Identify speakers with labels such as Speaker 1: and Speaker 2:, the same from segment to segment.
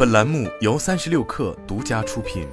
Speaker 1: 本栏目由36氪独家出品。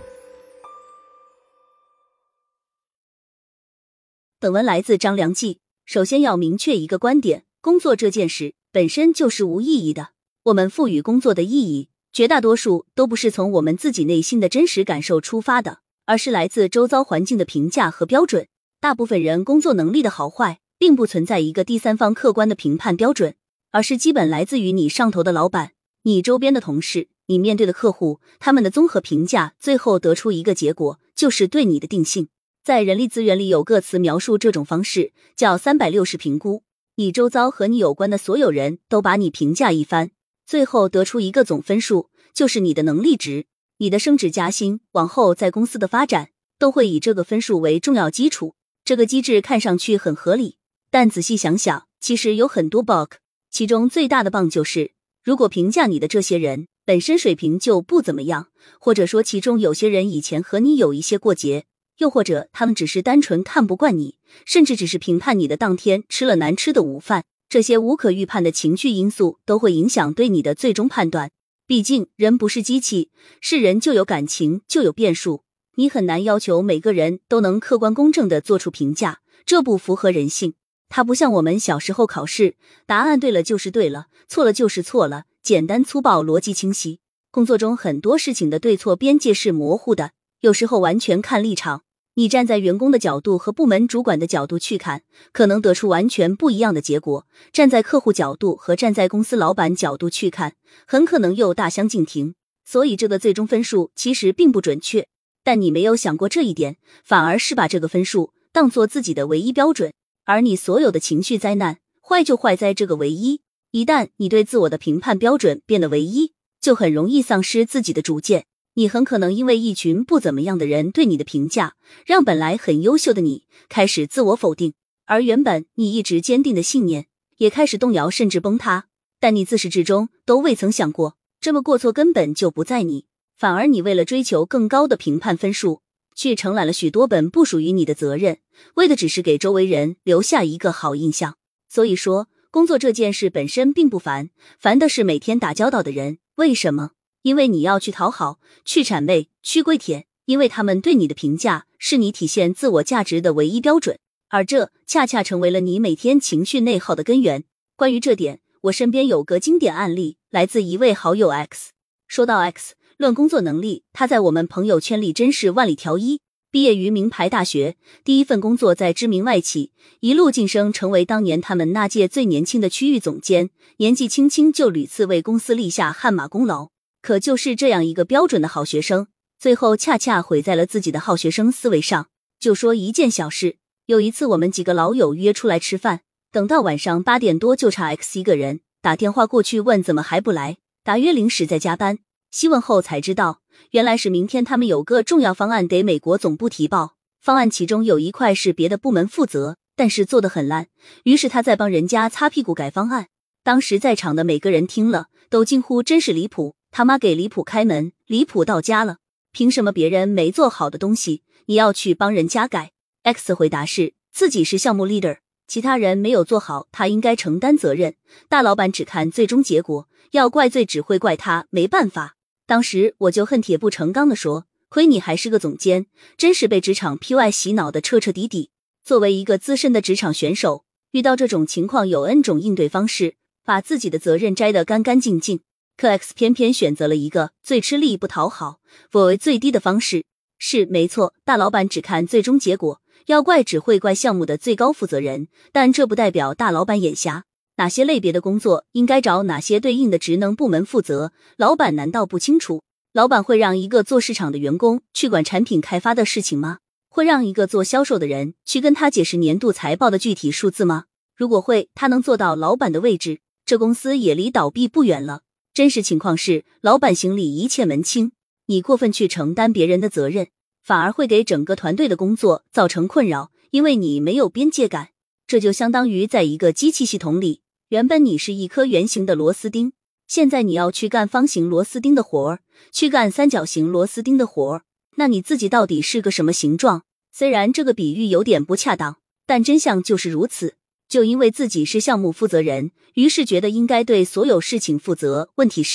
Speaker 2: 本文来自张良记。首先要明确一个观点，工作这件事本身就是无意义的。我们赋予工作的意义，绝大多数都不是从我们自己内心的真实感受出发的，而是来自周遭环境的评价和标准。大部分人工作能力的好坏，并不存在一个第三方客观的评判标准，而是基本来自于你上头的老板、你周边的同事、你面对的客户，他们的综合评价，最后得出一个结果，就是对你的定性。在人力资源里有个词描述这种方式，叫360评估。你周遭和你有关的所有人都把你评价一番，最后得出一个总分数，就是你的能力值。你的升职加薪，往后在公司的发展，都会以这个分数为重要基础。这个机制看上去很合理，但仔细想想，其实有很多 bug。其中最大的 bug 就是，如果评价你的这些人本身水平就不怎么样，或者说其中有些人以前和你有一些过节，又或者他们只是单纯看不惯你，甚至只是评判你的当天吃了难吃的午饭，这些无可预判的情绪因素都会影响对你的最终判断。毕竟人不是机器，是人就有感情，就有变数，你很难要求每个人都能客观公正地做出评价，这不符合人性。它不像我们小时候考试，答案对了就是对了，错了就是错了，简单粗暴，逻辑清晰。工作中很多事情的对错边界是模糊的，有时候完全看立场。你站在员工的角度和部门主管的角度去看，可能得出完全不一样的结果；站在客户角度和站在公司老板角度去看，很可能又大相径庭。所以这个最终分数其实并不准确，但你没有想过这一点，反而是把这个分数当作自己的唯一标准。而你所有的情绪灾难，坏就坏在这个唯一。一旦你对自我的评判标准变得唯一，就很容易丧失自己的主见。你很可能因为一群不怎么样的人对你的评价，让本来很优秀的你开始自我否定，而原本你一直坚定的信念也开始动摇甚至崩塌。但你自始至终都未曾想过，这么过错根本就不在你，反而你为了追求更高的评判分数，去承揽了许多本不属于你的责任，为的只是给周围人留下一个好印象。所以说，工作这件事本身并不烦，烦的是每天打交道的人。为什么？因为你要去讨好，去谄媚，去跪舔，因为他们对你的评价是你体现自我价值的唯一标准，而这恰恰成为了你每天情绪内耗的根源。关于这点，我身边有个经典案例，来自一位好友 X。 说到 X， 论工作能力，他在我们朋友圈里真是万里挑一。毕业于名牌大学，第一份工作在知名外企，一路晋升成为当年他们那届最年轻的区域总监，年纪轻轻就屡次为公司立下汗马功劳。可就是这样一个标准的好学生，最后恰恰毁在了自己的好学生思维上。就说一件小事，有一次我们几个老友约出来吃饭，等到晚上8点多就差 X 一个人，打电话过去问怎么还不来，答约临时在加班。细问后才知道，原来是明天他们有个重要方案得美国总部提报，方案其中有一块是别的部门负责，但是做得很烂，于是他在帮人家擦屁股改方案。当时在场的每个人听了都惊呼真是离谱，他妈给离谱开门，离谱到家了，凭什么别人没做好的东西你要去帮人家改？ X 回答是自己是项目 leader， 其他人没有做好他应该承担责任，大老板只看最终结果，要怪罪只会怪他，没办法。当时我就恨铁不成钢地说，亏你还是个总监，真是被职场 PUI 洗脑的彻彻底底。作为一个资深的职场选手，遇到这种情况有 N 种应对方式，把自己的责任摘得干干净净。可 X 偏偏选择了一个最吃力不讨好，我为最低的方式。是没错，大老板只看最终结果，要怪只会怪项目的最高负责人，但这不代表大老板眼瞎。哪些类别的工作应该找哪些对应的职能部门负责，老板难道不清楚？老板会让一个做市场的员工去管产品开发的事情吗？会让一个做销售的人去跟他解释年度财报的具体数字吗？如果会，他能做到老板的位置，这公司也离倒闭不远了。真实情况是，老板行里一切门清，你过分去承担别人的责任，反而会给整个团队的工作造成困扰，因为你没有边界感。这就相当于在一个机器系统里，原本你是一颗圆形的螺丝钉，现在你要去干方形螺丝钉的活儿，去干三角形螺丝钉的活儿，那你自己到底是个什么形状？虽然这个比喻有点不恰当，但真相就是如此。就因为自己是项目负责人，于是觉得应该对所有事情负责。问题是，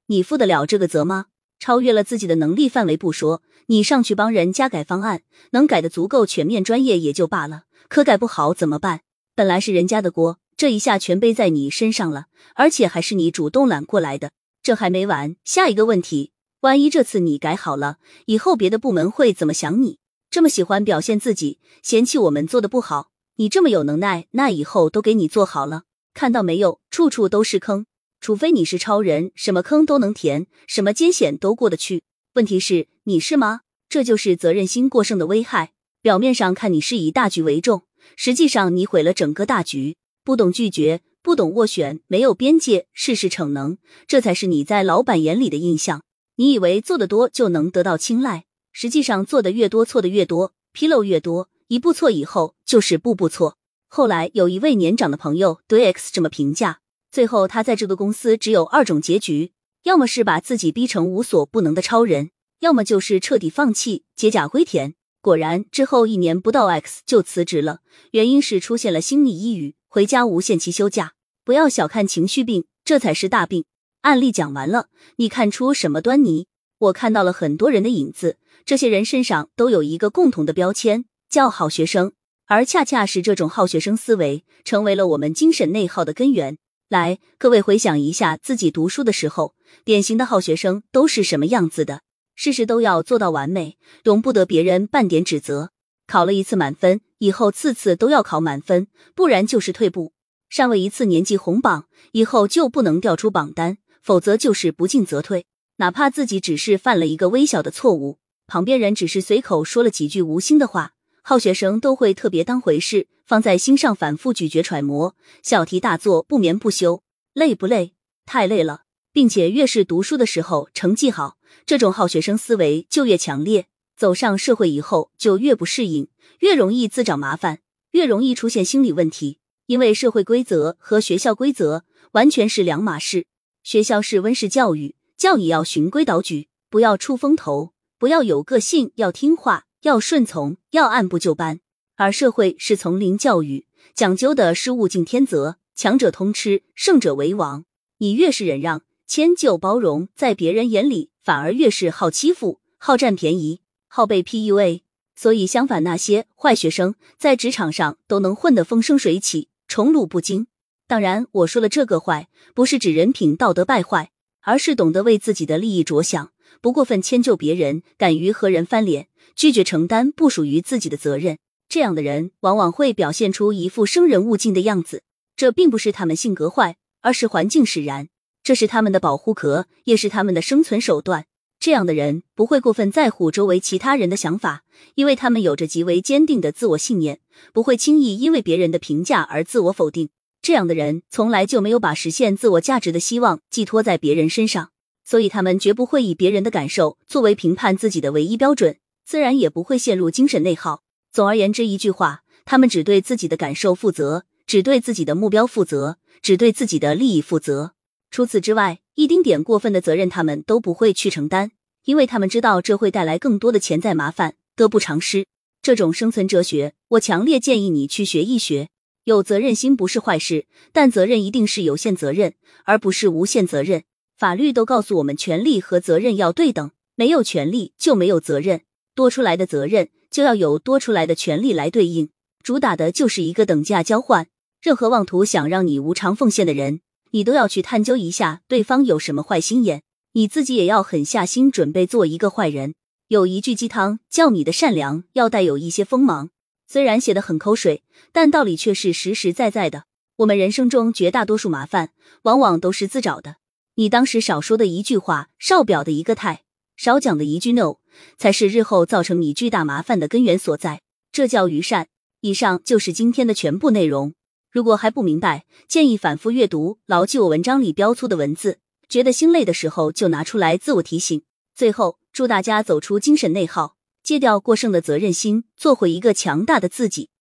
Speaker 2: 你负得了这个责吗？超越了自己的能力范围不说，你上去帮人家改方案，能改得足够全面专业也就罢了，可改不好怎么办？本来是人家的锅，这一下全背在你身上了，而且还是你主动揽过来的。这还没完，下一个问题，万一这次你改好了，以后别的部门会怎么想你？这么喜欢表现自己，嫌弃我们做的不好，你这么有能耐，那以后都给你做好了。看到没有，处处都是坑，除非你是超人，什么坑都能填，什么艰险都过得去。问题是，你是吗？这就是责任心过剩的危害。表面上看你是以大局为重，实际上你毁了整个大局。不懂拒绝，不懂斡旋，没有边界，事事逞能，这才是你在老板眼里的印象。你以为做得多就能得到青睐，实际上做得越多错得越多，纰漏越多，一步错以后就是步步错。后来有一位年长的朋友对 X 这么评价，最后他在这个公司只有2种结局，要么是把自己逼成无所不能的超人，要么就是彻底放弃，解甲归田。果然之后1年不到 X 就辞职了，原因是出现了心理抑郁，回家无限期休假。不要小看情绪病，这才是大病。案例讲完了，你看出什么端倪？我看到了很多人的影子，这些人身上都有一个共同的标签，叫好学生。而恰恰是这种好学生思维，成为了我们精神内耗的根源。来，各位回想一下自己读书的时候，典型的好学生都是什么样子的？事事都要做到完美，容不得别人半点指责。考了1次满分，以后次次都要考满分，不然就是退步。上位1次年级红榜，以后就不能调出榜单，否则就是不进则退。哪怕自己只是犯了一个微小的错误，旁边人只是随口说了几句无心的话，好学生都会特别当回事，放在心上反复咀嚼揣摩，小题大做，不眠不休。累不累？太累了。并且越是读书的时候成绩好，这种好学生思维就越强烈，走上社会以后就越不适应，越容易自找麻烦，越容易出现心理问题。因为社会规则和学校规则完全是两码事。学校是温室教育，教你要循规蹈矩，不要出风头，不要有个性，要听话，要顺从，要按部就班。而社会是丛林教育，讲究的是物竞天择，强者通吃，胜者为王。你越是忍让、迁就、包容，在别人眼里反而越是好欺负、好占便宜、好被 PUA。所以相反，那些坏学生在职场上都能混得风生水起，宠辱不惊。当然，我说了这个坏，不是指人品道德败坏，而是懂得为自己的利益着想，不过分迁就别人，敢于和人翻脸，拒绝承担不属于自己的责任。这样的人往往会表现出一副生人勿近的样子，这并不是他们性格坏，而是环境使然，这是他们的保护壳，也是他们的生存手段。这样的人不会过分在乎周围其他人的想法，因为他们有着极为坚定的自我信念，不会轻易因为别人的评价而自我否定。这样的人从来就没有把实现自我价值的希望寄托在别人身上，所以他们绝不会以别人的感受作为评判自己的唯一标准，自然也不会陷入精神内耗。总而言之一句话，他们只对自己的感受负责，只对自己的目标负责，只对自己的利益负责。除此之外，一丁点过分的责任他们都不会去承担，因为他们知道这会带来更多的潜在麻烦，得不偿失。这种生存哲学，我强烈建议你去学一学。有责任心不是坏事，但责任一定是有限责任，而不是无限责任。法律都告诉我们，权利和责任要对等，没有权利就没有责任，多出来的责任就要有多出来的权利来对应，主打的就是一个等价交换。任何妄图想让你无偿奉献的人，你都要去探究一下对方有什么坏心眼，你自己也要狠下心准备做一个坏人。有一句鸡汤叫你的善良要带有一些锋芒，虽然写得很口水，但道理却是实实在在的。我们人生中绝大多数麻烦往往都是自找的，你当时少说的一句话，少表的一个态，少讲的一句 no， 才是日后造成你巨大麻烦的根源所在，这叫愚善。以上就是今天的全部内容，如果还不明白，建议反复阅读，牢记我文章里标粗的文字，觉得心累的时候就拿出来自我提醒。最后，祝大家走出精神内耗，戒掉过剩的责任心，做回一个强大的自己。